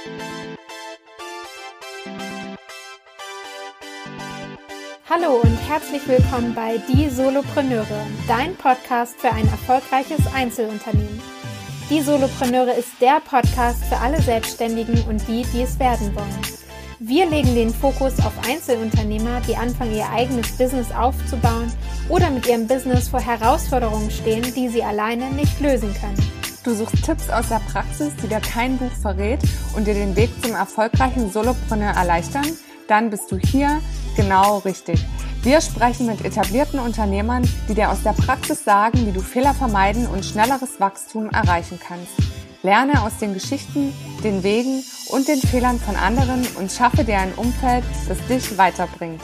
Hallo und herzlich willkommen bei Die Solopreneure, dein Podcast für ein erfolgreiches Einzelunternehmen. Die Solopreneure ist der Podcast für alle Selbstständigen und die es werden wollen. Wir legen den Fokus auf Einzelunternehmer, die anfangen, ihr eigenes Business aufzubauen oder mit ihrem Business vor Herausforderungen stehen, die sie alleine nicht lösen können. Du suchst Tipps aus der Praxis, die dir kein Buch verrät und dir den Weg zum erfolgreichen Solopreneur erleichtern? Dann bist du hier genau richtig. Wir sprechen mit etablierten Unternehmern, die dir aus der Praxis sagen, wie du Fehler vermeiden und schnelleres Wachstum erreichen kannst. Lerne aus den Geschichten, den Wegen und den Fehlern von anderen und schaffe dir ein Umfeld, das dich weiterbringt.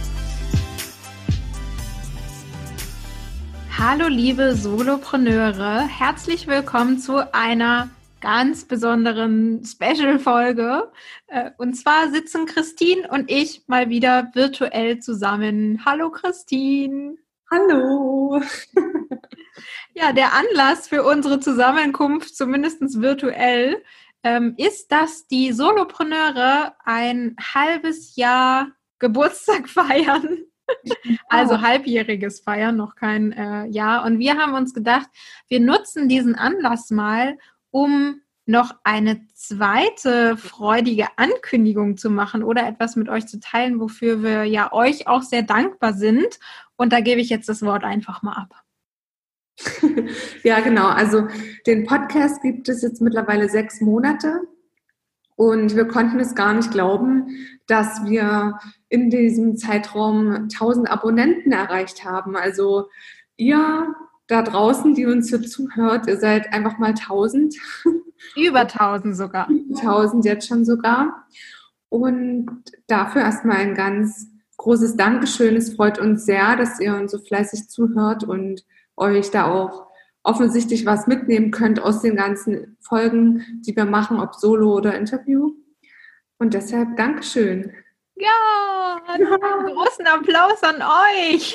Hallo liebe Solopreneure, herzlich willkommen zu einer ganz besonderen Special-Folge. Und zwar sitzen Christine und ich mal wieder virtuell zusammen. Hallo Christine. Hallo. Ja, der Anlass für unsere Zusammenkunft, zumindest virtuell, ist, dass die Solopreneure ein halbes Jahr Geburtstag feiern. Also halbjähriges Feiern, noch kein Jahr. Und wir haben uns gedacht, wir nutzen diesen Anlass mal, um noch eine zweite freudige Ankündigung zu machen oder etwas mit euch zu teilen, wofür wir ja euch auch sehr dankbar sind. Und da gebe ich jetzt das Wort einfach mal ab. Ja, genau. Also den Podcast gibt es jetzt mittlerweile 6 Monate und wir konnten es gar nicht glauben, dass wir in diesem Zeitraum 1000 Abonnenten erreicht haben. Also ihr da draußen, die uns hier zuhört, ihr seid einfach mal 1000. Über 1000 sogar. 1000 jetzt schon sogar. Und dafür erstmal ein ganz großes Dankeschön. Es freut uns sehr, dass ihr uns so fleißig zuhört und euch da auch offensichtlich was mitnehmen könnt aus den ganzen Folgen, die wir machen, ob Solo oder Interview. Und deshalb Dankeschön. Ja, einen großen Applaus an euch.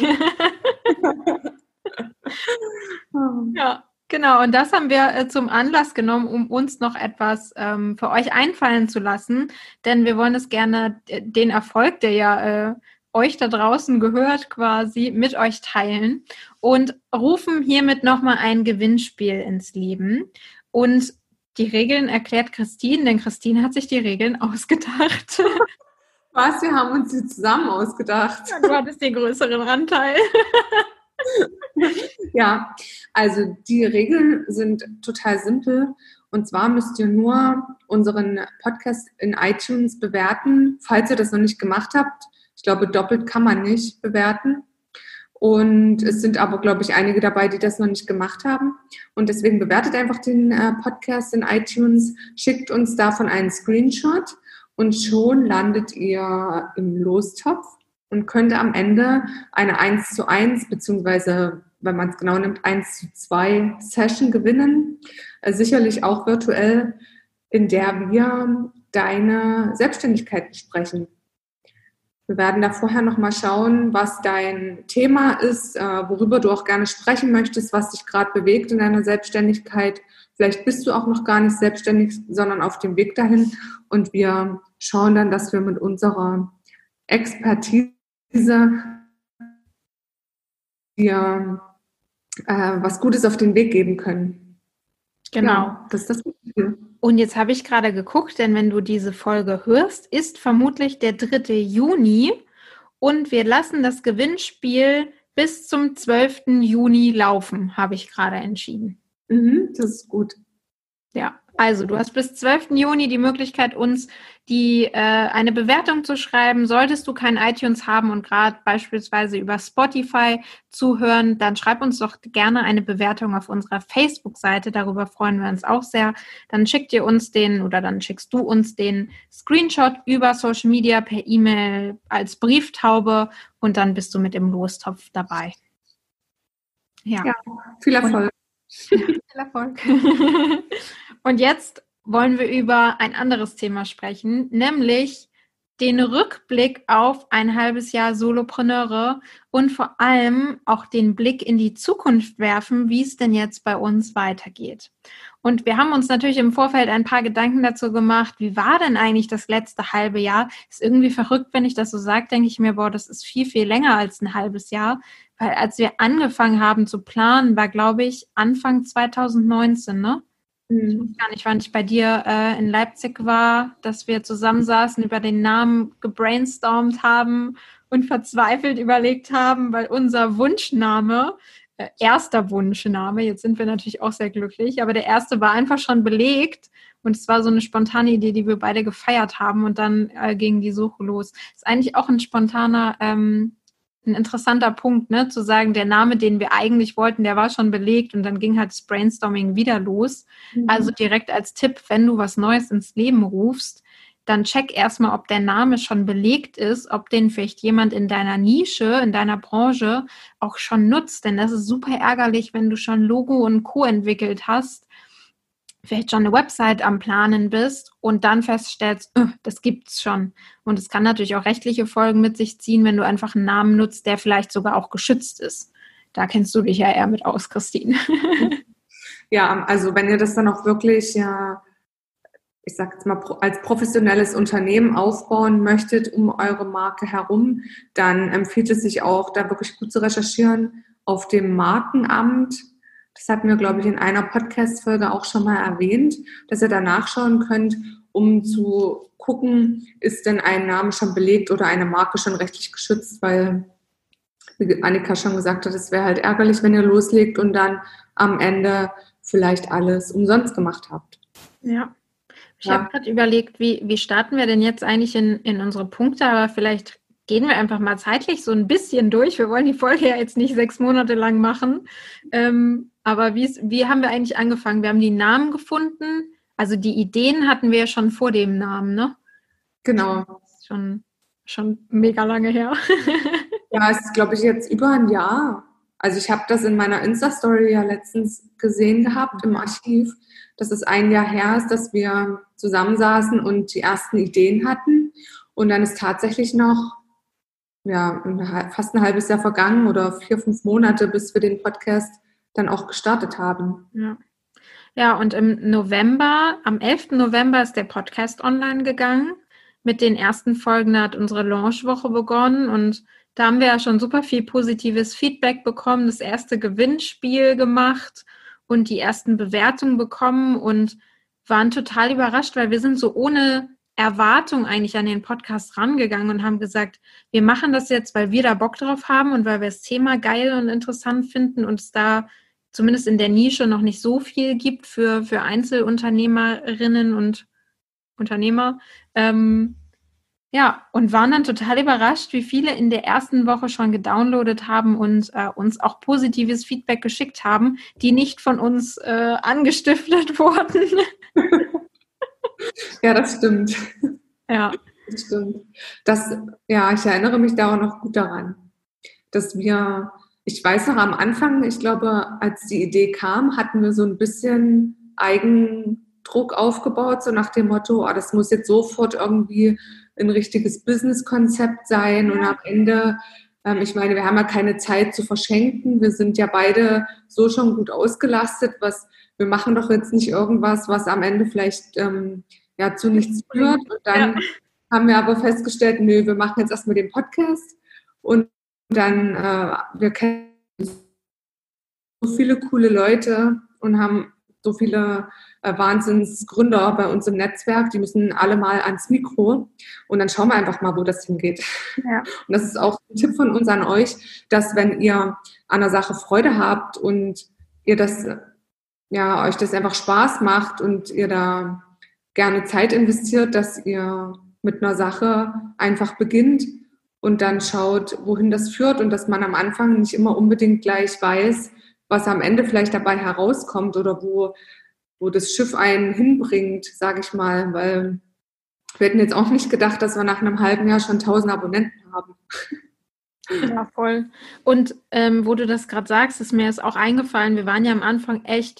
Ja, genau. Und das haben wir zum Anlass genommen, um uns noch etwas für euch einfallen zu lassen. Denn wir wollen es gerne, den Erfolg, der ja euch da draußen gehört, quasi mit euch teilen und rufen hiermit nochmal ein Gewinnspiel ins Leben. Und die Regeln erklärt Christine, denn Christine hat sich die Regeln ausgedacht. Was? Wir haben uns die zusammen ausgedacht. Ja, du hattest den größeren Anteil. Ja, also die Regeln sind total simpel. Und zwar müsst ihr nur unseren Podcast in iTunes bewerten, falls ihr das noch nicht gemacht habt. Ich glaube, doppelt kann man nicht bewerten. Und es sind aber, glaube ich, einige dabei, die das noch nicht gemacht haben. Und deswegen bewertet einfach den Podcast in iTunes, schickt uns davon einen Screenshot und schon landet ihr im Lostopf und könnt am Ende eine 1:1 beziehungsweise, wenn man es genau nimmt, 1:2 Session gewinnen. Sicherlich auch virtuell, in der wir deine Selbstständigkeit besprechen. Wir werden da vorher nochmal schauen, was dein Thema ist, worüber du auch gerne sprechen möchtest, was dich gerade bewegt in deiner Selbstständigkeit. Vielleicht bist du auch noch gar nicht selbstständig, sondern auf dem Weg dahin. Und wir schauen dann, dass wir mit unserer Expertise dir was Gutes auf den Weg geben können. Genau. Ja, das ist das Ziel. Und jetzt habe ich gerade geguckt, denn wenn du diese Folge hörst, ist vermutlich der 3. Juni und wir lassen das Gewinnspiel bis zum 12. Juni laufen, habe ich gerade entschieden. Das ist gut. Ja, also du hast bis 12. Juni die Möglichkeit, uns eine Bewertung zu schreiben. Solltest du kein iTunes haben und gerade beispielsweise über Spotify zuhören, dann schreib uns doch gerne eine Bewertung auf unserer Facebook-Seite. Darüber freuen wir uns auch sehr. Dann schickst du uns den Screenshot über Social Media per E-Mail als Brieftaube und dann bist du mit im Lostopf dabei. Ja, viel Erfolg. Viel Erfolg. Und jetzt wollen wir über ein anderes Thema sprechen, nämlich den Rückblick auf ein halbes Jahr Solopreneure und vor allem auch den Blick in die Zukunft werfen, wie es denn jetzt bei uns weitergeht. Und wir haben uns natürlich im Vorfeld ein paar Gedanken dazu gemacht, wie war denn eigentlich das letzte halbe Jahr? Ist irgendwie verrückt, wenn ich das so sage, denke ich mir, boah, das ist viel, viel länger als ein halbes Jahr. Weil als wir angefangen haben zu planen, war, glaube ich, Anfang 2019, ne? Ich weiß gar nicht, wann ich bei dir in Leipzig war, dass wir zusammensaßen, über den Namen gebrainstormt haben und verzweifelt überlegt haben, weil unser Wunschname, erster Wunschname, jetzt sind wir natürlich auch sehr glücklich, aber der erste war einfach schon belegt und es war so eine spontane Idee, die wir beide gefeiert haben und dann ging die Suche los. Ist eigentlich auch ein spontaner ein interessanter Punkt, ne, zu sagen, der Name, den wir eigentlich wollten, der war schon belegt und dann ging halt das Brainstorming wieder los. Also direkt als Tipp, wenn du was Neues ins Leben rufst, dann check erstmal, ob der Name schon belegt ist, ob den vielleicht jemand in deiner Nische, in deiner Branche auch schon nutzt, denn das ist super ärgerlich, wenn du schon Logo und Co. entwickelt hast, vielleicht schon eine Website am Planen bist und dann feststellst, das gibt's schon. Und es kann natürlich auch rechtliche Folgen mit sich ziehen, wenn du einfach einen Namen nutzt, der vielleicht sogar auch geschützt ist. Da kennst du dich ja eher mit aus, Christine. Ja, also wenn ihr das dann auch wirklich, ja, ich sag jetzt mal, als professionelles Unternehmen aufbauen möchtet um eure Marke herum, dann empfiehlt es sich auch, da wirklich gut zu recherchieren auf dem Markenamt. Das hatten wir, glaube ich, in einer Podcast-Folge auch schon mal erwähnt, dass ihr da nachschauen könnt, um zu gucken, ist denn ein Name schon belegt oder eine Marke schon rechtlich geschützt, weil, wie Annika schon gesagt hat, es wäre halt ärgerlich, wenn ihr loslegt und dann am Ende vielleicht alles umsonst gemacht habt. Ja. Ich habe gerade überlegt, wie starten wir denn jetzt eigentlich in unsere Punkte, aber vielleicht gehen wir einfach mal zeitlich so ein bisschen durch. Wir wollen die Folge ja jetzt nicht 6 Monate lang machen. Aber wie haben wir eigentlich angefangen? Wir haben die Namen gefunden. Also die Ideen hatten wir schon vor dem Namen, ne? Genau. Schon mega lange her. Ja, es ist, glaube ich, jetzt über ein Jahr. Also ich habe das in meiner Insta-Story ja letztens gesehen gehabt im Archiv, dass es ein Jahr her ist, dass wir zusammensaßen und die ersten Ideen hatten. Und dann ist tatsächlich noch fast ein halbes Jahr vergangen oder 4, 5 Monate, bis wir den Podcast dann auch gestartet haben. Ja, und im November, am 11. November ist der Podcast online gegangen. Mit den ersten Folgen hat unsere Launchwoche begonnen und da haben wir ja schon super viel positives Feedback bekommen, das erste Gewinnspiel gemacht und die ersten Bewertungen bekommen und waren total überrascht, weil wir sind so ohne Erwartung eigentlich an den Podcast rangegangen und haben gesagt, wir machen das jetzt, weil wir da Bock drauf haben und weil wir das Thema geil und interessant finden und es da zumindest in der Nische noch nicht so viel gibt für Einzelunternehmerinnen und Unternehmer. Und waren dann total überrascht, wie viele in der ersten Woche schon gedownloadet haben und uns auch positives Feedback geschickt haben, die nicht von uns angestiftet wurden. Ja, das stimmt. Ja. Das stimmt. Ich erinnere mich da auch noch gut daran, dass ich weiß noch am Anfang, ich glaube, als die Idee kam, hatten wir so ein bisschen Eigendruck aufgebaut, so nach dem Motto, das muss jetzt sofort irgendwie ein richtiges Business-Konzept sein und am Ende, ich meine, wir haben ja keine Zeit zu verschenken, wir sind ja beide so schon gut ausgelastet, wir machen doch jetzt nicht irgendwas, was am Ende vielleicht zu nichts führt. Und dann haben wir aber festgestellt, wir machen jetzt erstmal den Podcast und dann, wir kennen so viele coole Leute und haben so viele Wahnsinnsgründer bei uns im Netzwerk, die müssen alle mal ans Mikro und dann schauen wir einfach mal, wo das hingeht. Ja. Und das ist auch ein Tipp von uns an euch, dass wenn ihr an der Sache Freude habt und ihr euch das einfach Spaß macht und ihr da gerne Zeit investiert, dass ihr mit einer Sache einfach beginnt und dann schaut, wohin das führt und dass man am Anfang nicht immer unbedingt gleich weiß, was am Ende vielleicht dabei herauskommt oder wo das Schiff einen hinbringt, sage ich mal, weil wir hätten jetzt auch nicht gedacht, dass wir nach einem halben Jahr schon 1000 Abonnenten haben. Ja, voll. Und wo du das gerade sagst, ist mir jetzt auch eingefallen, wir waren ja am Anfang echt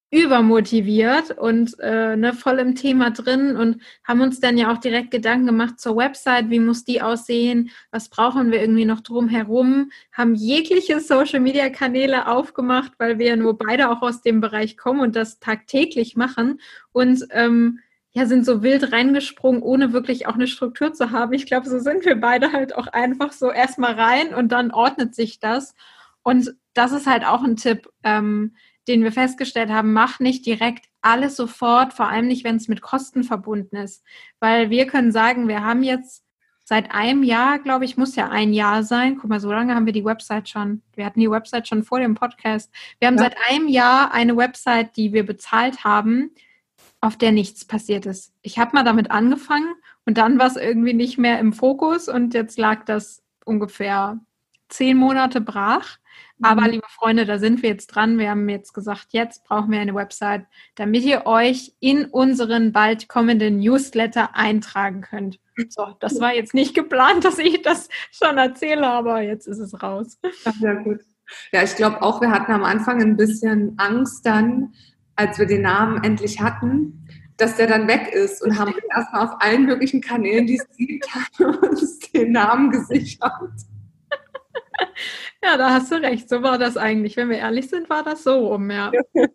übermotiviert und voll im Thema drin und haben uns dann ja auch direkt Gedanken gemacht zur Website, wie muss die aussehen, was brauchen wir irgendwie noch drumherum, haben jegliche Social-Media-Kanäle aufgemacht, weil wir ja nur beide auch aus dem Bereich kommen und das tagtäglich machen und sind so wild reingesprungen, ohne wirklich auch eine Struktur zu haben. Ich glaube, so sind wir beide halt auch einfach so erstmal rein und dann ordnet sich das. Und das ist halt auch ein Tipp, den wir festgestellt haben, mach nicht direkt alles sofort, vor allem nicht, wenn es mit Kosten verbunden ist. Weil wir können sagen, wir haben jetzt seit einem Jahr, glaube ich, muss ja ein Jahr sein. Guck mal, so lange haben wir die Website schon. Wir hatten die Website schon vor dem Podcast. Wir haben seit einem Jahr eine Website, die wir bezahlt haben, auf der nichts passiert ist. Ich habe mal damit angefangen und dann war es irgendwie nicht mehr im Fokus und jetzt lag das ungefähr 10 Monate brach. Aber liebe Freunde, da sind wir jetzt dran. Wir haben jetzt gesagt, jetzt brauchen wir eine Website, damit ihr euch in unseren bald kommenden Newsletter eintragen könnt. So, das war jetzt nicht geplant, dass ich das schon erzähle, aber jetzt ist es raus. Ja, gut. Ja, ich glaube auch, wir hatten am Anfang ein bisschen Angst dann, als wir den Namen endlich hatten, dass der dann weg ist und haben erstmal auf allen möglichen Kanälen, die es gibt, uns den Namen gesichert. Ja, da hast du recht. So war das eigentlich. Wenn wir ehrlich sind, war das so rum, ja.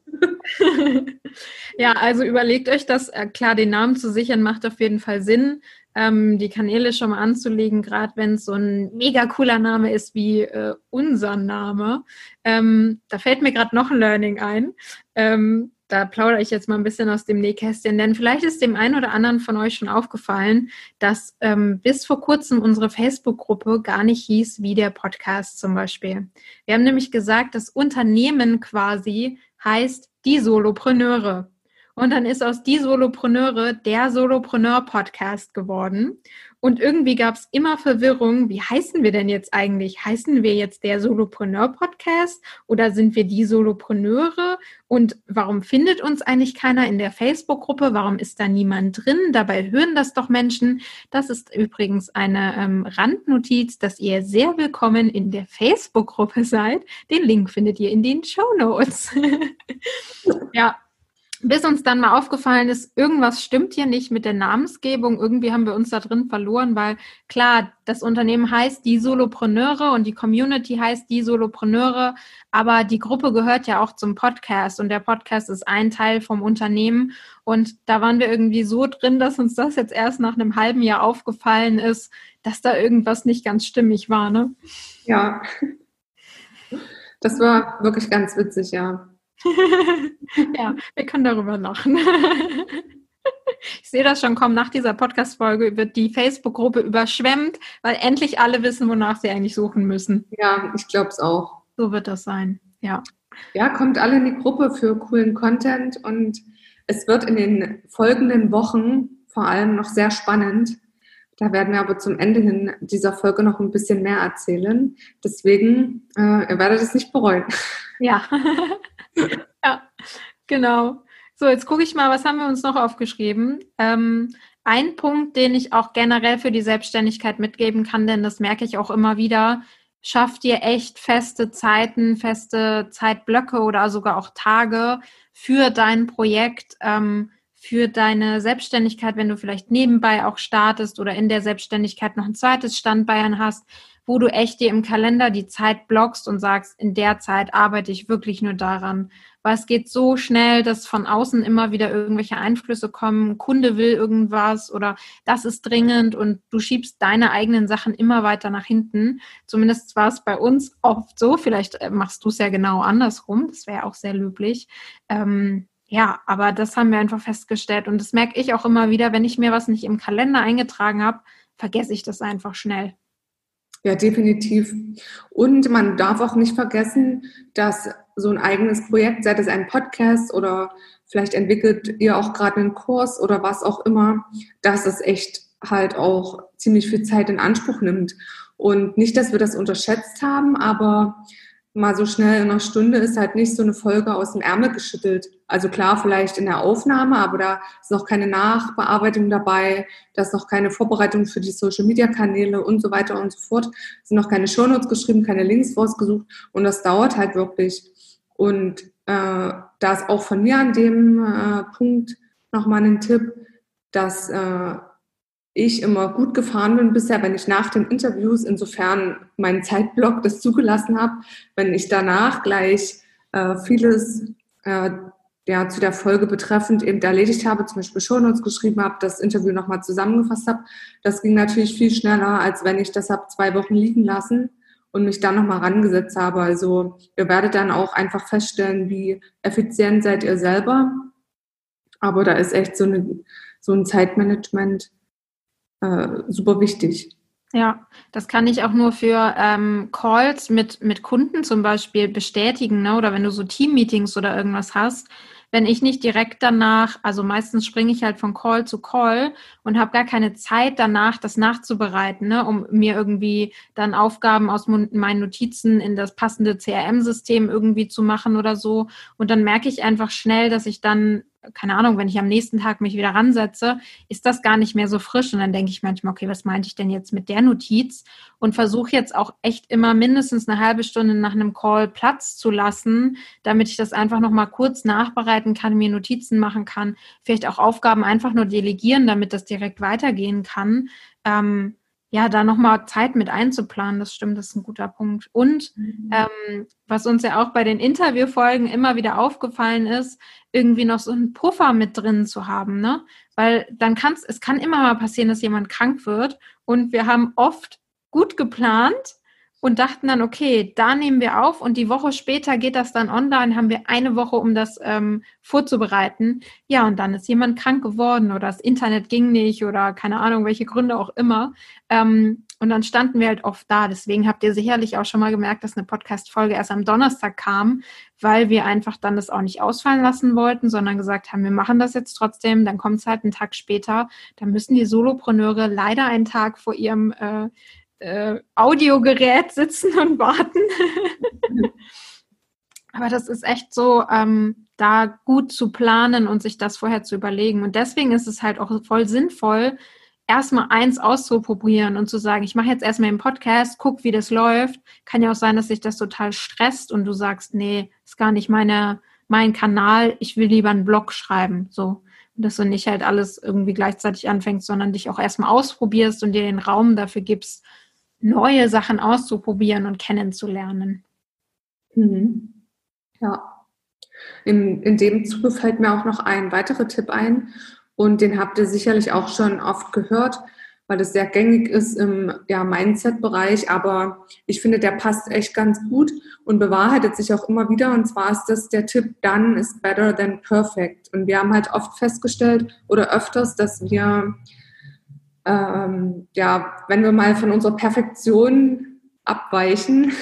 Ja, also überlegt euch das. Klar, den Namen zu sichern macht auf jeden Fall Sinn. Die Kanäle schon mal anzulegen, gerade wenn es so ein mega cooler Name ist wie unser Name. Da fällt mir gerade noch ein Learning ein. Da plaudere ich jetzt mal ein bisschen aus dem Nähkästchen, denn vielleicht ist dem einen oder anderen von euch schon aufgefallen, dass bis vor kurzem unsere Facebook-Gruppe gar nicht hieß wie der Podcast zum Beispiel. Wir haben nämlich gesagt, das Unternehmen quasi heißt die Solopreneure. Und dann ist aus die Solopreneure der Solopreneur-Podcast geworden. Und irgendwie gab es immer Verwirrung. Wie heißen wir denn jetzt eigentlich? Heißen wir jetzt der Solopreneur-Podcast oder sind wir die Solopreneure? Und warum findet uns eigentlich keiner in der Facebook-Gruppe? Warum ist da niemand drin? Dabei hören das doch Menschen. Das ist übrigens eine Randnotiz, dass ihr sehr willkommen in der Facebook-Gruppe seid. Den Link findet ihr in den Shownotes. Ja. Bis uns dann mal aufgefallen ist, irgendwas stimmt hier nicht mit der Namensgebung. Irgendwie haben wir uns da drin verloren, weil klar, das Unternehmen heißt die Solopreneure und die Community heißt die Solopreneure, aber die Gruppe gehört ja auch zum Podcast und der Podcast ist ein Teil vom Unternehmen und da waren wir irgendwie so drin, dass uns das jetzt erst nach einem halben Jahr aufgefallen ist, dass da irgendwas nicht ganz stimmig war, ne? Ja, das war wirklich ganz witzig, ja. Ja, wir können darüber lachen. Ich sehe das schon kommen. Nach dieser Podcast-Folge wird die Facebook-Gruppe überschwemmt, weil endlich alle wissen, wonach sie eigentlich suchen müssen. Ja, ich glaube es auch. So wird das sein, ja. Ja, kommt alle in die Gruppe für coolen Content und es wird in den folgenden Wochen vor allem noch sehr spannend. Da werden wir aber zum Ende hin dieser Folge noch ein bisschen mehr erzählen. Deswegen, ihr werdet es nicht bereuen. Ja. Ja, genau. So, jetzt gucke ich mal, was haben wir uns noch aufgeschrieben? Ein Punkt, den ich auch generell für die Selbstständigkeit mitgeben kann, denn das merke ich auch immer wieder, schafft dir echt feste Zeiten, feste Zeitblöcke oder sogar auch Tage für dein Projekt, für deine Selbstständigkeit, wenn du vielleicht nebenbei auch startest oder in der Selbstständigkeit noch ein zweites Standbein hast, wo du echt dir im Kalender die Zeit blockst und sagst, in der Zeit arbeite ich wirklich nur daran. Weil es geht so schnell, dass von außen immer wieder irgendwelche Einflüsse kommen, ein Kunde will irgendwas oder das ist dringend und du schiebst deine eigenen Sachen immer weiter nach hinten. Zumindest war es bei uns oft so, vielleicht machst du es ja genau andersrum, das wäre auch sehr löblich. Ja, aber das haben wir einfach festgestellt und das merke ich auch immer wieder, wenn ich mir was nicht im Kalender eingetragen habe, vergesse ich das einfach schnell. Ja, definitiv. Und man darf auch nicht vergessen, dass so ein eigenes Projekt, sei das ein Podcast oder vielleicht entwickelt ihr auch gerade einen Kurs oder was auch immer, dass es echt halt auch ziemlich viel Zeit in Anspruch nimmt. Und nicht, dass wir das unterschätzt haben, aber mal so schnell in einer Stunde ist halt nicht so eine Folge aus dem Ärmel geschüttelt. Also klar, vielleicht in der Aufnahme, aber da ist noch keine Nachbearbeitung dabei, da ist noch keine Vorbereitung für die Social-Media-Kanäle und so weiter und so fort. Es sind noch keine Shownotes geschrieben, keine Links rausgesucht und das dauert halt wirklich. Und da ist auch von mir an dem Punkt nochmal ein Tipp, dass ich immer gut gefahren bin bisher, wenn ich nach den Interviews, insofern meinen Zeitblock das zugelassen habe, wenn ich danach gleich vieles zu der Folge betreffend eben erledigt habe, zum Beispiel Shownotes geschrieben habe, das Interview nochmal zusammengefasst habe. Das ging natürlich viel schneller, als wenn ich das habe 2 Wochen liegen lassen und mich dann nochmal rangesetzt habe. Also ihr werdet dann auch einfach feststellen, wie effizient seid ihr selber. Aber da ist echt so ein Zeitmanagement super wichtig. Ja, das kann ich auch nur für Calls mit Kunden zum Beispiel bestätigen, ne? Oder wenn du so Team-Meetings oder irgendwas hast. Wenn ich nicht direkt danach, also meistens springe ich halt von Call zu Call und habe gar keine Zeit danach, das nachzubereiten, ne? Um mir irgendwie dann Aufgaben aus meinen Notizen in das passende CRM-System irgendwie zu machen oder so. Und dann merke ich einfach schnell, dass ich dann, keine Ahnung, wenn ich am nächsten Tag mich wieder ransetze, ist das gar nicht mehr so frisch. Und dann denke ich manchmal, okay, was meinte ich denn jetzt mit der Notiz? Und versuche jetzt auch echt immer mindestens eine halbe Stunde nach einem Call Platz zu lassen, damit ich das einfach nochmal kurz nachbereiten kann, mir Notizen machen kann, vielleicht auch Aufgaben einfach nur delegieren, damit das direkt weitergehen kann. Da nochmal Zeit mit einzuplanen, das stimmt, das ist ein guter Punkt. Und was uns ja auch bei den Interviewfolgen immer wieder aufgefallen ist, irgendwie noch so einen Puffer mit drin zu haben, ne? Weil dann es kann immer mal passieren, dass jemand krank wird und wir haben oft gut geplant und dachten dann, okay, da nehmen wir auf und die Woche später geht das dann online, haben wir eine Woche, um das vorzubereiten. Ja, und dann ist jemand krank geworden oder das Internet ging nicht oder keine Ahnung, welche Gründe auch immer. Und dann standen wir halt oft da. Deswegen habt ihr sicherlich auch schon mal gemerkt, dass eine Podcast-Folge erst am Donnerstag kam, weil wir einfach dann das auch nicht ausfallen lassen wollten, sondern gesagt haben, wir machen das jetzt trotzdem, dann kommt es halt einen Tag später. Dann müssen die Solopreneure leider einen Tag vor ihrem Audiogerät sitzen und warten. Aber das ist echt so, da gut zu planen und sich das vorher zu überlegen. Und deswegen ist es halt auch voll sinnvoll, erstmal eins auszuprobieren und zu sagen, ich mache jetzt erstmal einen Podcast, guck, wie das läuft. Kann ja auch sein, dass sich das total stresst und du sagst, nee, ist gar nicht mein Kanal, ich will lieber einen Blog schreiben. So. Und dass du nicht halt alles irgendwie gleichzeitig anfängst, sondern dich auch erstmal ausprobierst und dir den Raum dafür gibst, neue Sachen auszuprobieren und kennenzulernen. Mhm. Ja. In dem Zuge fällt mir auch noch ein weiterer Tipp ein und den habt ihr sicherlich auch schon oft gehört, weil das sehr gängig ist im Mindset-Bereich, aber ich finde, der passt echt ganz gut und bewahrheitet sich auch immer wieder, und zwar ist das der Tipp, done is better than perfect. Und wir haben halt oft festgestellt oder öfters, dass wir wenn wir mal von unserer Perfektion abweichen,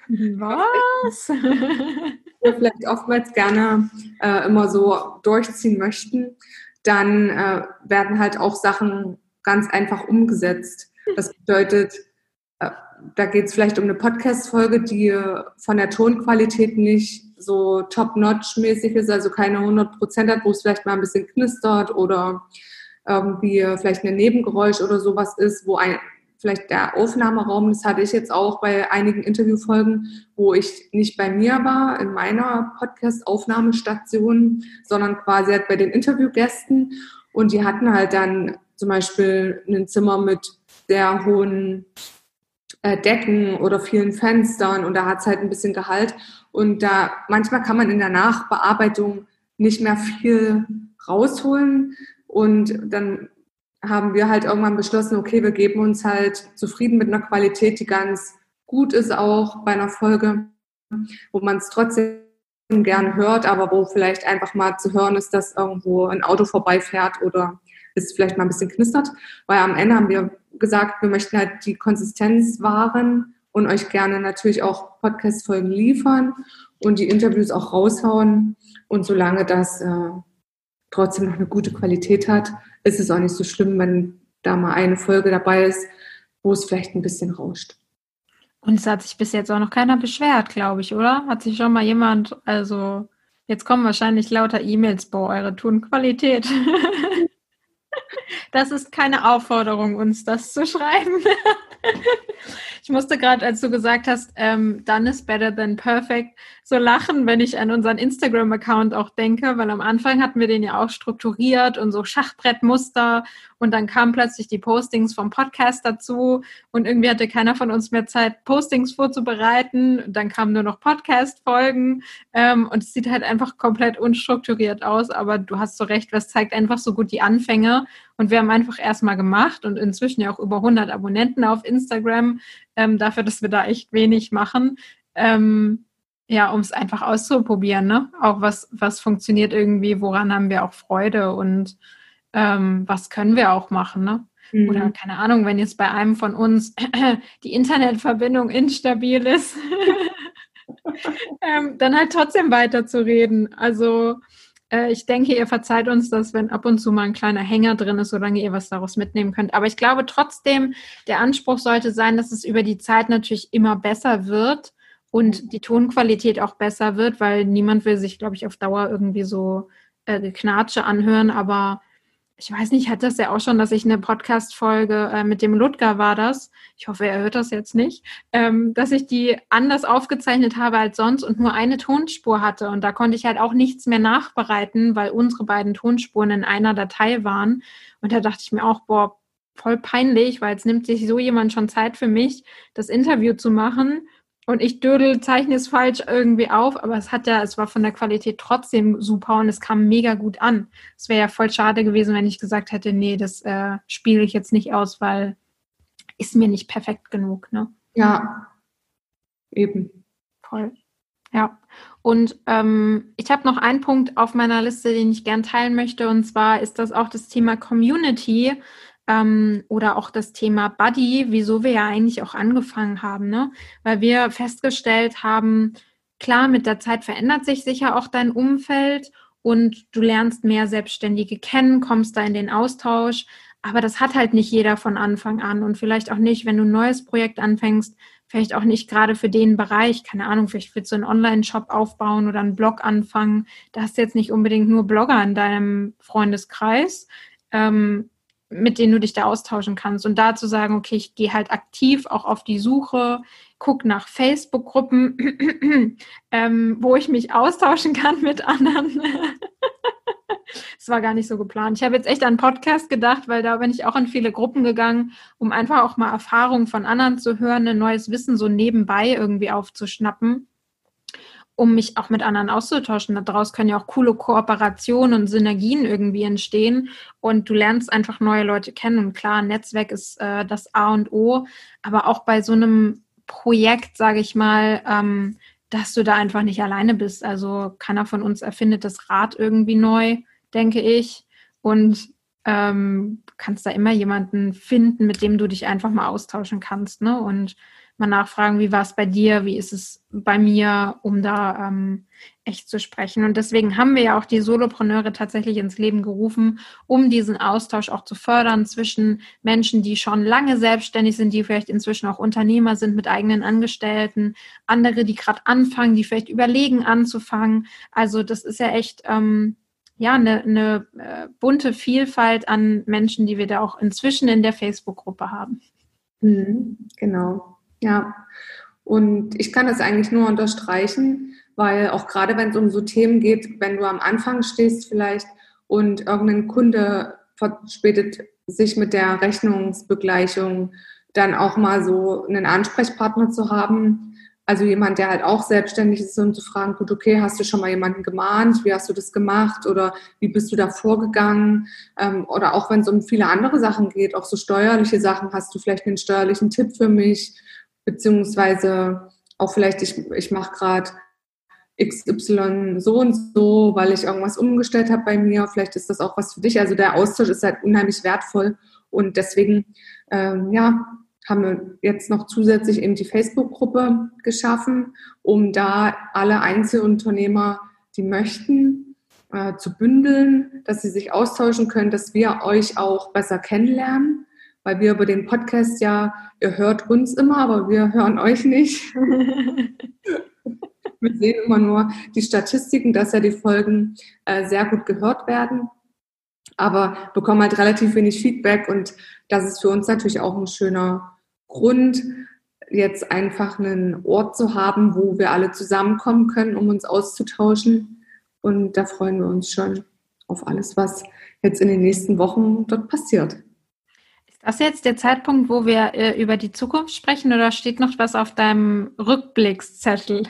was? wir vielleicht oftmals gerne immer so durchziehen möchten, dann werden halt auch Sachen ganz einfach umgesetzt. Das bedeutet, da geht es vielleicht um eine Podcast-Folge, die von der Tonqualität nicht so top-notch-mäßig ist, also keine 100% hat, wo es vielleicht mal ein bisschen knistert oder irgendwie vielleicht ein Nebengeräusch oder sowas ist, wo vielleicht der Aufnahmeraum, das hatte ich jetzt auch bei einigen Interviewfolgen, wo ich nicht bei mir war, in meiner Podcast-Aufnahmestation, sondern quasi halt bei den Interviewgästen, und die hatten halt dann zum Beispiel ein Zimmer mit sehr hohen Decken oder vielen Fenstern, und da hat es halt ein bisschen Gehalt, und da manchmal kann man in der Nachbearbeitung nicht mehr viel rausholen. Und dann haben wir halt irgendwann beschlossen, okay, wir geben uns halt zufrieden mit einer Qualität, die ganz gut ist auch bei einer Folge, wo man es trotzdem gerne hört, aber wo vielleicht einfach mal zu hören ist, dass irgendwo ein Auto vorbeifährt oder es vielleicht mal ein bisschen knistert. Weil am Ende haben wir gesagt, wir möchten halt die Konsistenz wahren und euch gerne natürlich auch Podcast-Folgen liefern und die Interviews auch raushauen. Und solange das trotzdem noch eine gute Qualität hat, ist es auch nicht so schlimm, wenn da mal eine Folge dabei ist, wo es vielleicht ein bisschen rauscht. Und es hat sich bis jetzt auch noch keiner beschwert, glaube ich, oder? Hat sich schon mal jemand, also jetzt kommen wahrscheinlich lauter E-Mails, boah, eure Tonqualität. Das ist keine Aufforderung, uns das zu schreiben. Ich musste gerade, als du gesagt hast, done is better than perfect, so lachen, wenn ich an unseren Instagram-Account auch denke, weil am Anfang hatten wir den ja auch strukturiert und so Schachbrettmuster und dann kamen plötzlich die Postings vom Podcast dazu und irgendwie hatte keiner von uns mehr Zeit, Postings vorzubereiten. Dann kamen nur noch Podcast-Folgen und es sieht halt einfach komplett unstrukturiert aus, aber du hast so recht, was zeigt einfach so gut die Anfänge und wir haben einfach erstmal gemacht und inzwischen ja auch über 100 Abonnenten auf Instagram, dafür, dass wir da echt wenig machen. Ja, um es einfach auszuprobieren, ne? Auch was funktioniert irgendwie, woran haben wir auch Freude und was können wir auch machen, ne? Oder keine Ahnung, wenn jetzt bei einem von uns die Internetverbindung instabil ist, dann halt trotzdem weiterzureden. Also ich denke, ihr verzeiht uns das, wenn ab und zu mal ein kleiner Hänger drin ist, solange ihr was daraus mitnehmen könnt. Aber ich glaube trotzdem, der Anspruch sollte sein, dass es über die Zeit natürlich immer besser wird und die Tonqualität auch besser wird, weil niemand will sich, glaube ich, auf Dauer irgendwie so Geknatsche anhören. Aber ich weiß nicht, hat das ja auch schon, dass ich eine Podcast-Folge mit dem Ludger war das, ich hoffe, er hört das jetzt nicht, dass ich die anders aufgezeichnet habe als sonst und nur eine Tonspur hatte. Und da konnte ich halt auch nichts mehr nachbereiten, weil unsere beiden Tonspuren in einer Datei waren. Und da dachte ich mir auch, boah, voll peinlich, weil jetzt nimmt sich so jemand schon Zeit für mich, das Interview zu machen. Und ich zeichne es falsch irgendwie auf, aber es war von der Qualität trotzdem super und es kam mega gut an. Es wäre ja voll schade gewesen, wenn ich gesagt hätte, nee, das spiele ich jetzt nicht aus, weil ist mir nicht perfekt genug, ne? Ja, eben. Voll. Ja. Und ich habe noch einen Punkt auf meiner Liste, den ich gern teilen möchte, und zwar ist das auch das Thema Community. Oder auch das Thema Buddy, wieso wir ja eigentlich auch angefangen haben, ne? Weil wir festgestellt haben, klar, mit der Zeit verändert sich sicher auch dein Umfeld und du lernst mehr Selbstständige kennen, kommst da in den Austausch, aber das hat halt nicht jeder von Anfang an und vielleicht auch nicht, wenn du ein neues Projekt anfängst, vielleicht auch nicht gerade für den Bereich, keine Ahnung, vielleicht willst du einen Online-Shop aufbauen oder einen Blog anfangen, da hast du jetzt nicht unbedingt nur Blogger in deinem Freundeskreis, mit denen du dich da austauschen kannst. Und da zu sagen, okay, ich gehe halt aktiv auch auf die Suche, guck nach Facebook-Gruppen, wo ich mich austauschen kann mit anderen. Das war gar nicht so geplant. Ich habe jetzt echt an einen Podcast gedacht, weil da bin ich auch in viele Gruppen gegangen, um einfach auch mal Erfahrungen von anderen zu hören, ein neues Wissen so nebenbei irgendwie aufzuschnappen, um mich auch mit anderen auszutauschen. Daraus können ja auch coole Kooperationen und Synergien irgendwie entstehen und du lernst einfach neue Leute kennen. Und klar, Netzwerk ist das A und O, aber auch bei so einem Projekt, sage ich mal, dass du da einfach nicht alleine bist. Also keiner von uns erfindet das Rad irgendwie neu, denke ich. Und kannst da immer jemanden finden, mit dem du dich einfach mal austauschen kannst, ne? Und mal nachfragen, wie war es bei dir, wie ist es bei mir, um da echt zu sprechen. Und deswegen haben wir ja auch die Solopreneure tatsächlich ins Leben gerufen, um diesen Austausch auch zu fördern zwischen Menschen, die schon lange selbstständig sind, die vielleicht inzwischen auch Unternehmer sind mit eigenen Angestellten, andere, die gerade anfangen, die vielleicht überlegen anzufangen. Also das ist ja echt eine bunte Vielfalt an Menschen, die wir da auch inzwischen in der Facebook-Gruppe haben. Genau. Ja, und ich kann das eigentlich nur unterstreichen, weil auch gerade wenn es um so Themen geht, wenn du am Anfang stehst vielleicht und irgendein Kunde verspätet sich mit der Rechnungsbegleichung, dann auch mal so einen Ansprechpartner zu haben, also jemand, der halt auch selbstständig ist und zu fragen, gut, okay, hast du schon mal jemanden gemahnt, wie hast du das gemacht oder wie bist du da vorgegangen, oder auch wenn es um viele andere Sachen geht, auch so steuerliche Sachen, hast du vielleicht einen steuerlichen Tipp für mich, beziehungsweise auch vielleicht, ich mache gerade XY so und so, weil ich irgendwas umgestellt habe bei mir, vielleicht ist das auch was für dich, also der Austausch ist halt unheimlich wertvoll und deswegen, haben wir jetzt noch zusätzlich eben die Facebook-Gruppe geschaffen, um da alle Einzelunternehmer, die möchten, zu bündeln, dass sie sich austauschen können, dass wir euch auch besser kennenlernen, weil wir über den Podcast ja, ihr hört uns immer, aber wir hören euch nicht. Wir sehen immer nur die Statistiken, dass ja die Folgen sehr gut gehört werden, aber bekommen halt relativ wenig Feedback und das ist für uns natürlich auch ein schöner Grund, jetzt einfach einen Ort zu haben, wo wir alle zusammenkommen können, um uns auszutauschen. Und da freuen wir uns schon auf alles, was jetzt in den nächsten Wochen dort passiert. Ist das jetzt der Zeitpunkt, wo wir über die Zukunft sprechen, oder steht noch was auf deinem Rückblickszettel?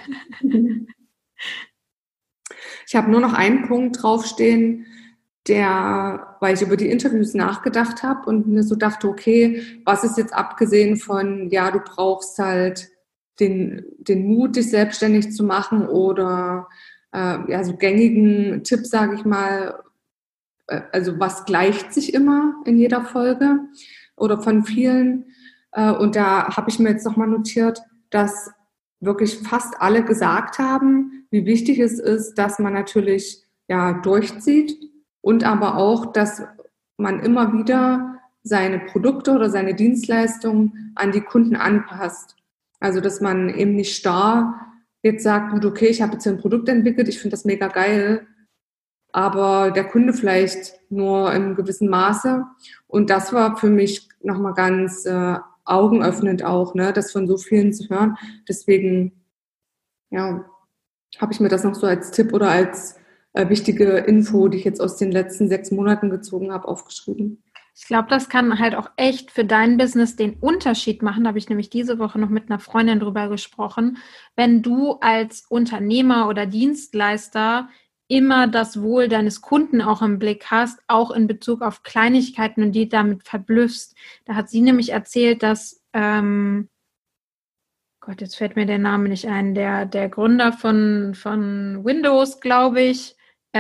Ich habe nur noch einen Punkt draufstehen, weil ich über die Interviews nachgedacht habe und mir so dachte, okay, was ist jetzt abgesehen von, ja, du brauchst halt den Mut, dich selbstständig zu machen, oder so gängigen Tipp, sage ich mal, also was gleicht sich immer in jeder Folge oder von vielen. Und da habe ich mir jetzt nochmal notiert, dass wirklich fast alle gesagt haben, wie wichtig es ist, dass man natürlich durchzieht und aber auch, dass man immer wieder seine Produkte oder seine Dienstleistungen an die Kunden anpasst. Also dass man eben nicht starr jetzt sagt, gut, okay, ich habe jetzt ein Produkt entwickelt, ich finde das mega geil, aber der Kunde vielleicht nur im gewissen Maße. Und das war für mich nochmal ganz augenöffnend auch, ne, das von so vielen zu hören. Deswegen habe ich mir das noch so als Tipp oder als wichtige Info, die ich jetzt aus den letzten 6 Monaten gezogen habe, aufgeschrieben. Ich glaube, das kann halt auch echt für dein Business den Unterschied machen. Da habe ich nämlich diese Woche noch mit einer Freundin drüber gesprochen. Wenn du als Unternehmer oder Dienstleister immer das Wohl deines Kunden auch im Blick hast, auch in Bezug auf Kleinigkeiten, und die damit verblüffst. Da hat sie nämlich erzählt, dass, jetzt fällt mir der Name nicht ein, der Gründer von Windows, glaube ich,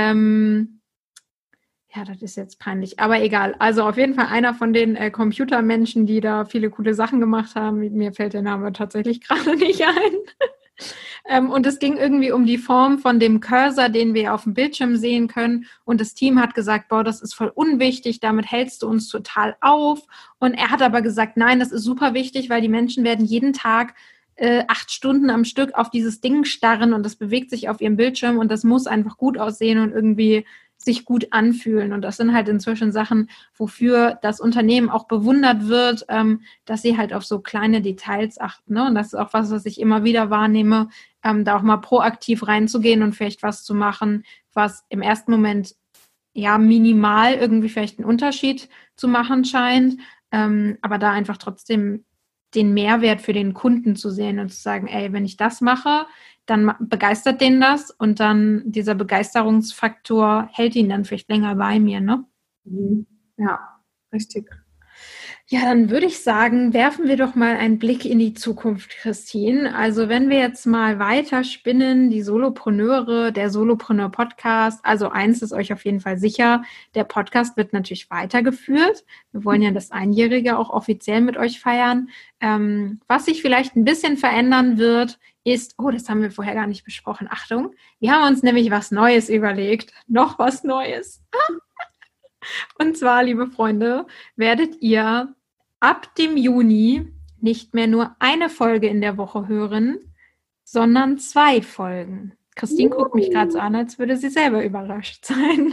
das ist jetzt peinlich, aber egal. Also auf jeden Fall einer von den Computermenschen, die da viele coole Sachen gemacht haben. Mir fällt der Name tatsächlich gerade nicht ein. Und es ging irgendwie um die Form von dem Cursor, den wir auf dem Bildschirm sehen können. Und das Team hat gesagt, das ist voll unwichtig, damit hältst du uns total auf. Und er hat aber gesagt, nein, das ist super wichtig, weil die Menschen werden jeden Tag 8 Stunden am Stück auf dieses Ding starren und das bewegt sich auf ihrem Bildschirm und das muss einfach gut aussehen und irgendwie sich gut anfühlen. Und das sind halt inzwischen Sachen, wofür das Unternehmen auch bewundert wird, dass sie halt auf so kleine Details achten. Ne? Und das ist auch was ich immer wieder wahrnehme, da auch mal proaktiv reinzugehen und vielleicht was zu machen, was im ersten Moment minimal irgendwie vielleicht einen Unterschied zu machen scheint, aber da einfach trotzdem den Mehrwert für den Kunden zu sehen und zu sagen, ey, wenn ich das mache, dann begeistert den das und dann dieser Begeisterungsfaktor hält ihn dann vielleicht länger bei mir, ne? Ja, richtig. Ja, dann würde ich sagen, werfen wir doch mal einen Blick in die Zukunft, Christine. Also wenn wir jetzt mal weiter spinnen, die Solopreneure, der Solopreneur-Podcast, also eins ist euch auf jeden Fall sicher, der Podcast wird natürlich weitergeführt. Wir wollen ja das Einjährige auch offiziell mit euch feiern. Was sich vielleicht ein bisschen verändern wird, ist, das haben wir vorher gar nicht besprochen, Achtung, wir haben uns nämlich was Neues überlegt, noch was Neues. Und zwar, liebe Freunde, werdet ihr ab dem Juni nicht mehr nur eine Folge in der Woche hören, sondern 2 Folgen. Christine guckt mich gerade so an, als würde sie selber überrascht sein.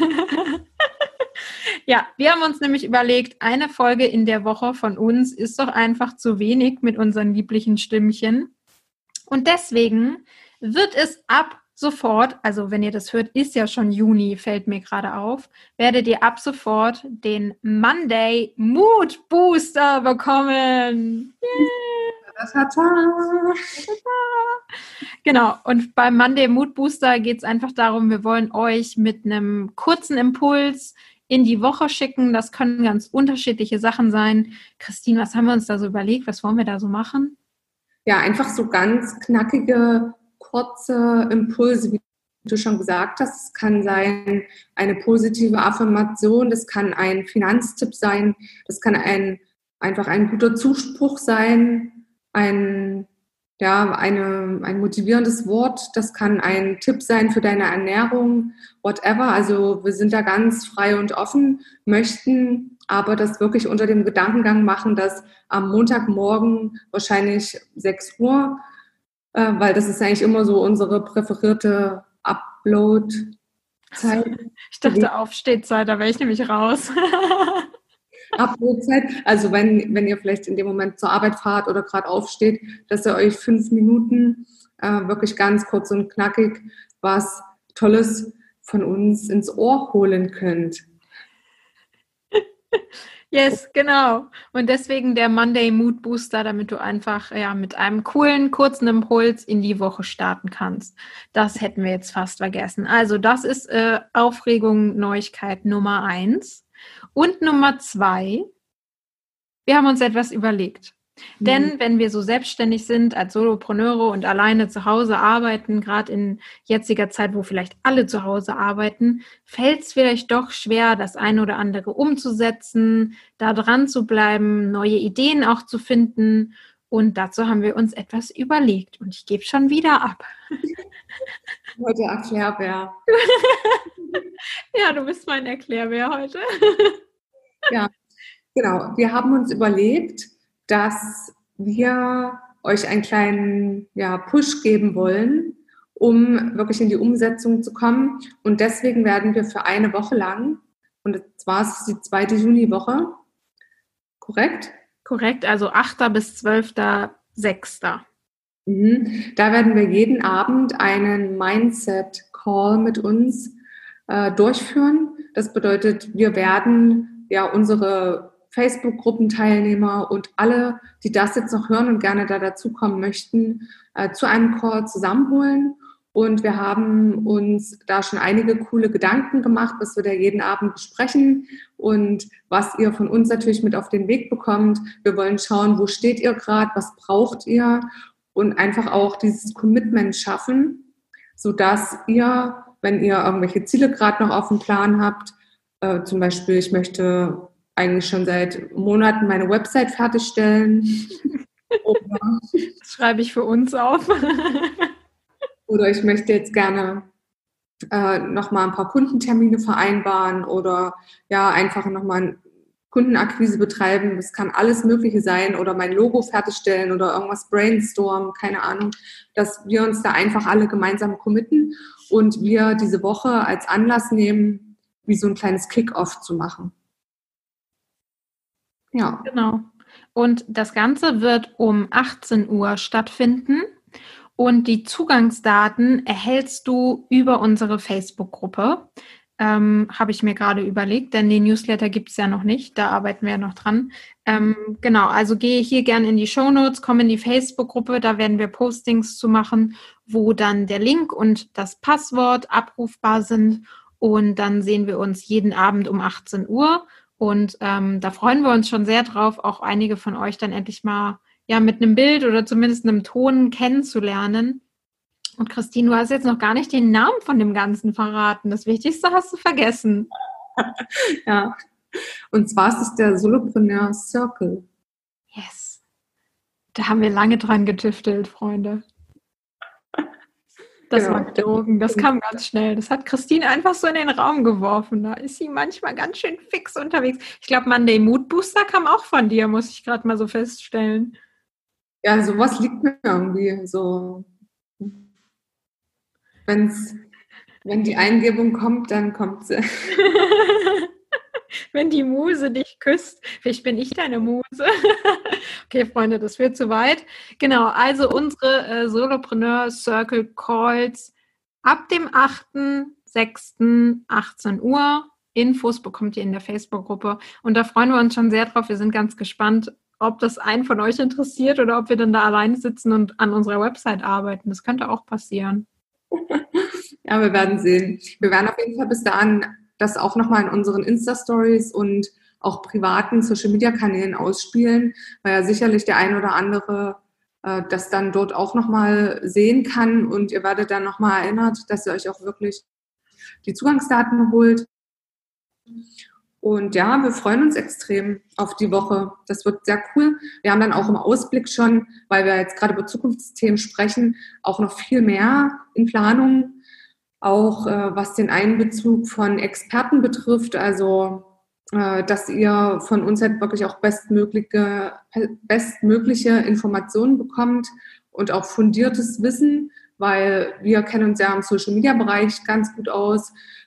Ja, wir haben uns nämlich überlegt, eine Folge in der Woche von uns ist doch einfach zu wenig mit unseren lieblichen Stimmchen. Und deswegen wird es ab sofort, also wenn ihr das hört, ist ja schon Juni, fällt mir gerade auf, werdet ihr ab sofort den Monday Mood Booster bekommen. Yeah. Genau, und beim Monday Mood Booster geht es einfach darum, wir wollen euch mit einem kurzen Impuls in die Woche schicken. Das können ganz unterschiedliche Sachen sein. Christine, was haben wir uns da so überlegt? Was wollen wir da so machen? Ja, einfach so ganz knackige, kurze Impulse, wie du schon gesagt hast. Es kann sein eine positive Affirmation, das kann ein Finanztipp sein, das kann einfach ein guter Zuspruch sein, ein motivierendes Wort, das kann ein Tipp sein für deine Ernährung, whatever. Also wir sind da ganz frei und offen, möchten aber das wirklich unter dem Gedankengang machen, dass am Montagmorgen wahrscheinlich 6 Uhr, weil das ist eigentlich immer so unsere präferierte Upload-Zeit. Ich dachte Aufstehzeit, da wäre ich nämlich raus. Abbruchzeit. Also wenn ihr vielleicht in dem Moment zur Arbeit fahrt oder gerade aufsteht, dass ihr euch 5 Minuten wirklich ganz kurz und knackig was Tolles von uns ins Ohr holen könnt. Yes, genau. Und deswegen der Monday Mood Booster, damit du einfach mit einem coolen, kurzen Impuls in die Woche starten kannst. Das hätten wir jetzt fast vergessen. Also das ist Aufregung, Neuigkeit Nummer 1. Und Nummer 2, wir haben uns etwas überlegt. Denn wenn wir so selbstständig sind als Solopreneure und alleine zu Hause arbeiten, gerade in jetziger Zeit, wo vielleicht alle zu Hause arbeiten, fällt es vielleicht doch schwer, das eine oder andere umzusetzen, da dran zu bleiben, neue Ideen auch zu finden. Und dazu haben wir uns etwas überlegt. Und ich gebe schon wieder ab. Heute Erklärbär. Ja, du bist mein Erklärbär heute. Ja, genau. Wir haben uns überlegt, dass wir euch einen kleinen Push geben wollen, um wirklich in die Umsetzung zu kommen. Und deswegen werden wir für eine Woche lang, und zwar ist es die 2. Juniwoche, korrekt? Korrekt, also 8. bis 12.06. Da werden wir jeden Abend einen Mindset-Call mit uns durchführen. Das bedeutet, wir werden unsere Facebook-Gruppenteilnehmer und alle, die das jetzt noch hören und gerne da dazukommen möchten, zu einem Call zusammenholen. Und wir haben uns da schon einige coole Gedanken gemacht, was wir da jeden Abend besprechen und was ihr von uns natürlich mit auf den Weg bekommt. Wir wollen schauen, wo steht ihr gerade, was braucht ihr und einfach auch dieses Commitment schaffen, sodass ihr, wenn ihr irgendwelche Ziele gerade noch auf dem Plan habt, zum Beispiel, ich möchte eigentlich schon seit Monaten meine Website fertigstellen. Das schreibe ich für uns auf. Oder ich möchte jetzt gerne nochmal ein paar Kundentermine vereinbaren oder einfach nochmal Kundenakquise betreiben. Das kann alles Mögliche sein oder mein Logo fertigstellen oder irgendwas brainstormen, keine Ahnung, dass wir uns da einfach alle gemeinsam committen und wir diese Woche als Anlass nehmen, wie so ein kleines Kick-Off zu machen. Ja. Genau. Und das Ganze wird um 18 Uhr stattfinden und die Zugangsdaten erhältst du über unsere Facebook-Gruppe. Habe ich mir gerade überlegt, denn den Newsletter gibt es ja noch nicht, da arbeiten wir ja noch dran. Genau, also gehe hier gerne in die Shownotes, komm in die Facebook-Gruppe, da werden wir Postings zu machen, wo dann der Link und das Passwort abrufbar sind und dann sehen wir uns jeden Abend um 18 Uhr. Und da freuen wir uns schon sehr drauf, auch einige von euch dann endlich mal mit einem Bild oder zumindest einem Ton kennenzulernen. Und Christine, du hast jetzt noch gar nicht den Namen von dem Ganzen verraten. Das Wichtigste hast du vergessen. Ja, und zwar ist es der Solopreneur Circle. Yes. Da haben wir lange dran getüftelt, Freunde. Das war gelogen, das kam ganz schnell. Das hat Christine einfach so in den Raum geworfen. Da ist sie manchmal ganz schön fix unterwegs. Ich glaube, Monday Mood Booster kam auch von dir, muss ich gerade mal so feststellen. Ja, sowas liegt mir irgendwie so. Wenn die Eingebung kommt, dann kommt sie. Wenn die Muse dich küsst, vielleicht bin ich deine Muse. Okay, Freunde, das wird zu weit. Genau, also unsere Solopreneur Circle Calls ab dem 8.6. 18 Uhr. Infos bekommt ihr in der Facebook-Gruppe. Und da freuen wir uns schon sehr drauf. Wir sind ganz gespannt, ob das einen von euch interessiert oder ob wir dann da alleine sitzen und an unserer Website arbeiten. Das könnte auch passieren. Ja, wir werden sehen. Wir werden auf jeden Fall bis dahin das auch nochmal in unseren Insta-Stories und auch privaten Social-Media-Kanälen ausspielen, weil ja sicherlich der ein oder andere das dann dort auch nochmal sehen kann und ihr werdet dann nochmal erinnert, dass ihr euch auch wirklich die Zugangsdaten holt. Und ja, wir freuen uns extrem auf die Woche. Das wird sehr cool. Wir haben dann auch im Ausblick schon, weil wir jetzt gerade über Zukunftsthemen sprechen, auch noch viel mehr in Planung. Auch was den Einbezug von Experten betrifft, also dass ihr von uns halt wirklich auch bestmögliche Informationen bekommt und auch fundiertes Wissen, weil wir kennen uns ja im Social-Media-Bereich ganz gut aus.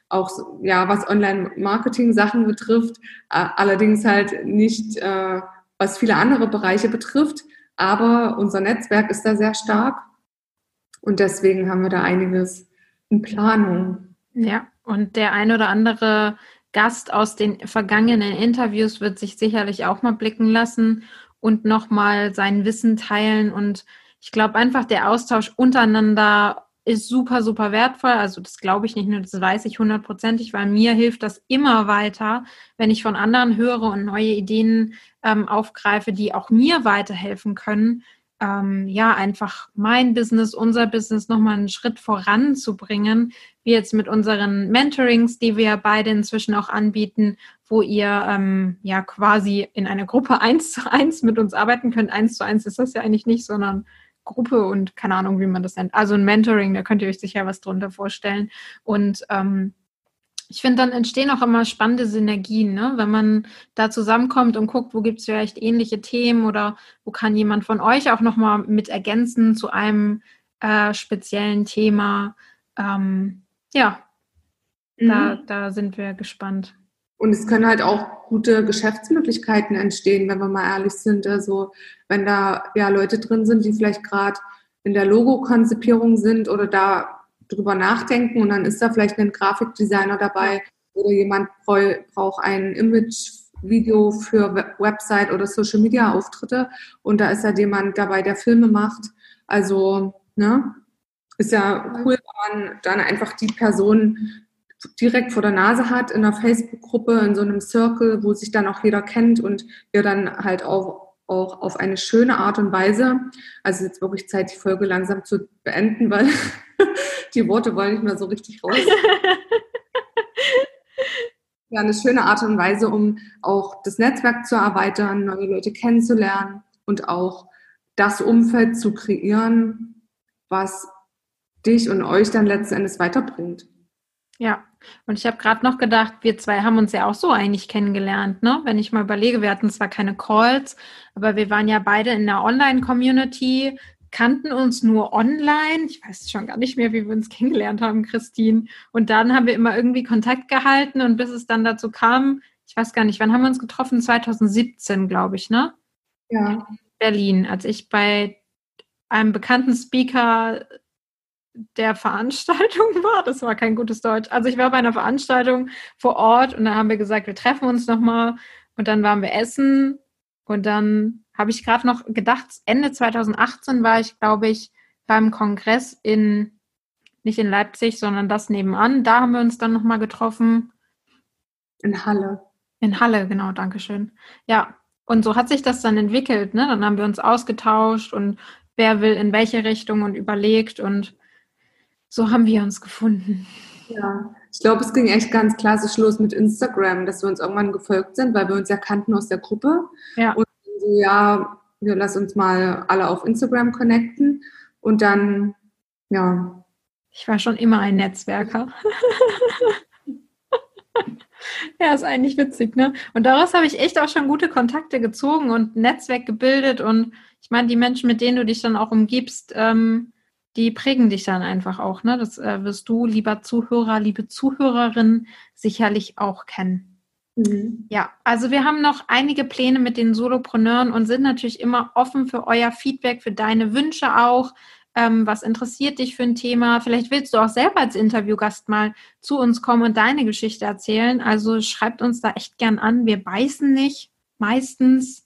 auch ja, was Online-Marketing-Sachen betrifft, allerdings halt nicht, was viele andere Bereiche betrifft. Aber unser Netzwerk ist da sehr stark und deswegen haben wir da einiges in Planung. Ja, und der ein oder andere Gast aus den vergangenen Interviews wird sich sicherlich auch mal blicken lassen und nochmal sein Wissen teilen. Und ich glaube einfach, der Austausch untereinander ist super, super wertvoll. Also das glaube ich nicht nur, das weiß ich 100%ig, weil mir hilft das immer weiter, wenn ich von anderen höre und neue Ideen aufgreife, die auch mir weiterhelfen können. Ja, einfach mein Business, unser Business nochmal einen Schritt voranzubringen, wie jetzt mit unseren Mentorings, die wir beide inzwischen auch anbieten, wo ihr ja quasi in einer Gruppe 1:1 mit uns arbeiten könnt. 1:1 ist das ja eigentlich nicht, sondern Gruppe und keine Ahnung, wie man das nennt. Also ein Mentoring, da könnt ihr euch sicher was drunter vorstellen. Und ich finde, dann entstehen auch immer spannende Synergien, ne? Wenn man da zusammenkommt und guckt, wo gibt es vielleicht ähnliche Themen oder wo kann jemand von euch auch nochmal mit ergänzen zu einem speziellen Thema. Ja, da sind wir gespannt. Und es können halt auch gute Geschäftsmöglichkeiten entstehen, wenn wir mal ehrlich sind. Also wenn da ja Leute drin sind, die vielleicht gerade in der Logo-Konzipierung sind oder da drüber nachdenken und dann ist da vielleicht ein Grafikdesigner dabei oder jemand braucht ein Image-Video für Website oder Social-Media-Auftritte und da ist ja jemand dabei, der Filme macht. Also, ne, ist ja cool, wenn man dann einfach die Person direkt vor der Nase hat in einer Facebook-Gruppe, in so einem Circle, wo sich dann auch jeder kennt und ihr dann halt auch auf eine schöne Art und Weise, also jetzt wirklich Zeit, die Folge langsam zu beenden, weil die Worte wollen nicht mehr so richtig raus. Ja, eine schöne Art und Weise, um auch das Netzwerk zu erweitern, neue Leute kennenzulernen und auch das Umfeld zu kreieren, was dich und euch dann letzten Endes weiterbringt. Ja, und ich habe gerade noch gedacht, wir zwei haben uns ja auch so eigentlich kennengelernt, ne? Wenn ich mal überlege, wir hatten zwar keine Calls, aber wir waren ja beide in der Online-Community, kannten uns nur online. Ich weiß schon gar nicht mehr, wie wir uns kennengelernt haben, Christine. Und dann haben wir immer irgendwie Kontakt gehalten und bis es dann dazu kam, ich weiß gar nicht, wann haben wir uns getroffen? 2017, glaube ich, ne? Ja. In Berlin, als ich bei einem bekannten Speaker der Veranstaltung war. Das war kein gutes Deutsch. Also ich war bei einer Veranstaltung vor Ort und dann haben wir gesagt, wir treffen uns nochmal und dann waren wir essen und dann habe ich gerade noch gedacht, Ende 2018 war ich, glaube ich, beim Kongress nicht in Leipzig, sondern das nebenan. Da haben wir uns dann nochmal getroffen. In Halle. In Halle, genau, dankeschön. Ja, und so hat sich das dann entwickelt, ne? Dann haben wir uns ausgetauscht und wer will in welche Richtung und überlegt und so haben wir uns gefunden. Ja, ich glaube, es ging echt ganz klassisch los mit Instagram, dass wir uns irgendwann gefolgt sind, weil wir uns ja kannten aus der Gruppe. Ja. Und so, ja, lass uns mal alle auf Instagram connecten. Und dann, ja. Ich war schon immer ein Netzwerker. Ja, ist eigentlich witzig, ne? Und daraus habe ich echt auch schon gute Kontakte gezogen und ein Netzwerk gebildet. Und ich meine, die Menschen, mit denen du dich dann auch umgibst, die prägen dich dann einfach auch, ne? Das wirst du, lieber Zuhörer, liebe Zuhörerin, sicherlich auch kennen. Mhm. Ja, also wir haben noch einige Pläne mit den Solopreneuren und sind natürlich immer offen für euer Feedback, für deine Wünsche auch. Was interessiert dich für ein Thema? Vielleicht willst du auch selber als Interviewgast mal zu uns kommen und deine Geschichte erzählen. Also schreibt uns da echt gern an. Wir beißen nicht, meistens.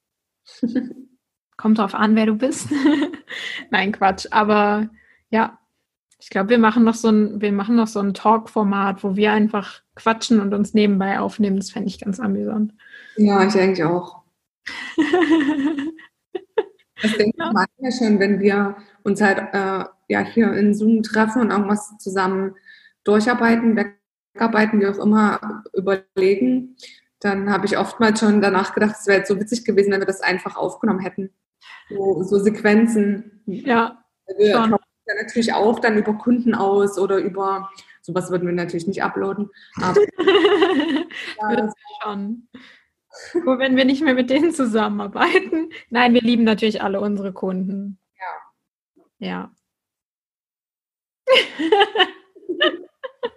Kommt drauf an, wer du bist. Nein, Quatsch. Aber ja, ich glaube, wir machen noch so ein Talk-Format, wo wir einfach quatschen und uns nebenbei aufnehmen. Das fände ich ganz amüsant. Ja, ich eigentlich auch. Das denke ich manchmal schon, wenn wir uns halt hier in Zoom treffen und irgendwas zusammen durcharbeiten, wegarbeiten, wie auch immer, überlegen, dann habe ich oftmals schon danach gedacht, es wäre jetzt so witzig gewesen, wenn wir das einfach aufgenommen hätten. So Sequenzen. Ja, wir tauschen ja natürlich auch dann über Kunden aus oder über, sowas würden wir natürlich nicht uploaden. Aber ja, schon. Nur wenn wir nicht mehr mit denen zusammenarbeiten. Nein, wir lieben natürlich alle unsere Kunden. Ja. Ja.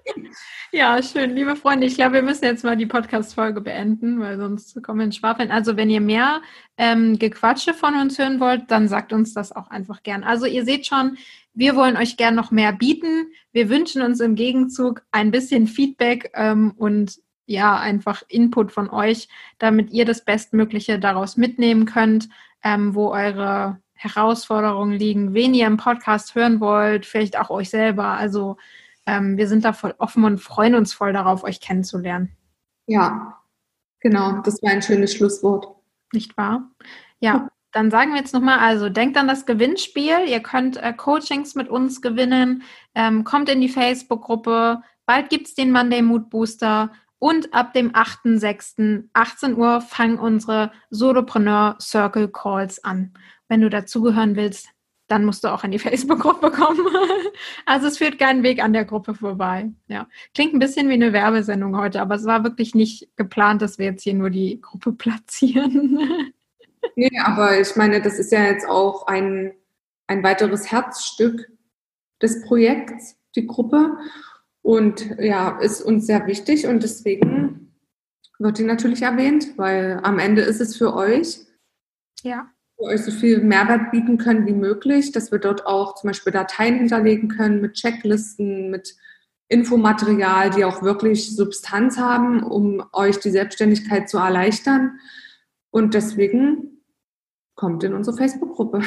Ja, schön, liebe Freunde. Ich glaube, wir müssen jetzt mal die Podcast-Folge beenden, weil sonst kommen wir ins Schwafeln. Also wenn ihr mehr Gequatsche von uns hören wollt, dann sagt uns das auch einfach gern. Also ihr seht schon, wir wollen euch gern noch mehr bieten. Wir wünschen uns im Gegenzug ein bisschen Feedback und ja, einfach Input von euch, damit ihr das Bestmögliche daraus mitnehmen könnt, wo eure Herausforderungen liegen, wen ihr im Podcast hören wollt, vielleicht auch euch selber. Also wir sind da voll offen und freuen uns voll darauf, euch kennenzulernen. Ja, genau. Das war ein schönes Schlusswort. Nicht wahr? Ja, dann sagen wir jetzt nochmal, also denkt an das Gewinnspiel. Ihr könnt Coachings mit uns gewinnen. Kommt in die Facebook-Gruppe. Bald gibt es den Monday Mood Booster. Und ab dem 8.6. 18 Uhr fangen unsere Solopreneur Circle Calls an. Wenn du dazugehören willst, dann musst du auch in die Facebook-Gruppe kommen. Also es führt keinen Weg an der Gruppe vorbei. Ja. Klingt ein bisschen wie eine Werbesendung heute, aber es war wirklich nicht geplant, dass wir jetzt hier nur die Gruppe platzieren. Nee, aber ich meine, das ist ja jetzt auch ein weiteres Herzstück des Projekts, die Gruppe. Und ja, ist uns sehr wichtig und deswegen wird die natürlich erwähnt, weil am Ende ist es für euch. Ja. Wir euch so viel Mehrwert bieten können wie möglich, dass wir dort auch zum Beispiel Dateien hinterlegen können mit Checklisten, mit Infomaterial, die auch wirklich Substanz haben, um euch die Selbstständigkeit zu erleichtern. Und deswegen kommt in unsere Facebook-Gruppe.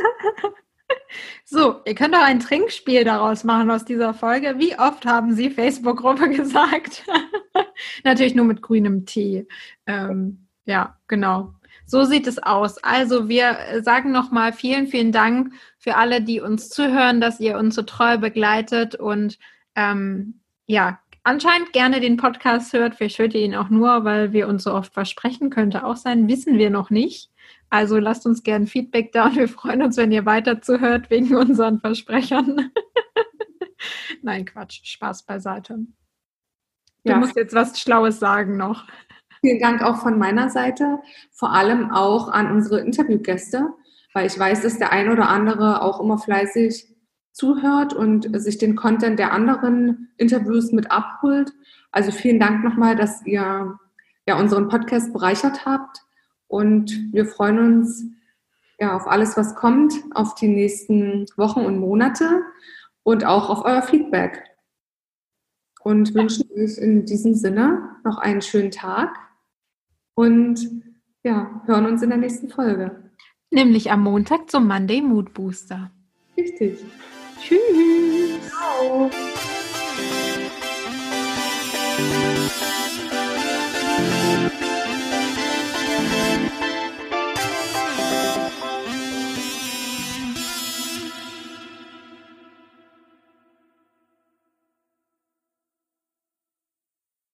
So, ihr könnt auch ein Trinkspiel daraus machen aus dieser Folge. Wie oft haben Sie Facebook-Gruppe gesagt? Natürlich nur mit grünem Tee. Ja, genau. So sieht es aus. Also wir sagen nochmal vielen, vielen Dank für alle, die uns zuhören, dass ihr uns so treu begleitet und ja, anscheinend gerne den Podcast hört. Vielleicht hört ihr ihn auch nur, weil wir uns so oft versprechen, könnte auch sein, wissen wir noch nicht. Also lasst uns gerne Feedback da und wir freuen uns, wenn ihr weiter zuhört wegen unseren Versprechern. Nein, Quatsch, Spaß beiseite. Du musst jetzt was Schlaues sagen noch. Vielen Dank auch von meiner Seite, vor allem auch an unsere Interviewgäste, weil ich weiß, dass der ein oder andere auch immer fleißig zuhört und sich den Content der anderen Interviews mit abholt. Also vielen Dank nochmal, dass ihr ja unseren Podcast bereichert habt und wir freuen uns ja auf alles, was kommt, auf die nächsten Wochen und Monate und auch auf euer Feedback. Und wünschen euch in diesem Sinne noch einen schönen Tag und ja, hören uns in der nächsten Folge. Nämlich am Montag zum Monday Mood Booster. Richtig. Tschüss. Ciao.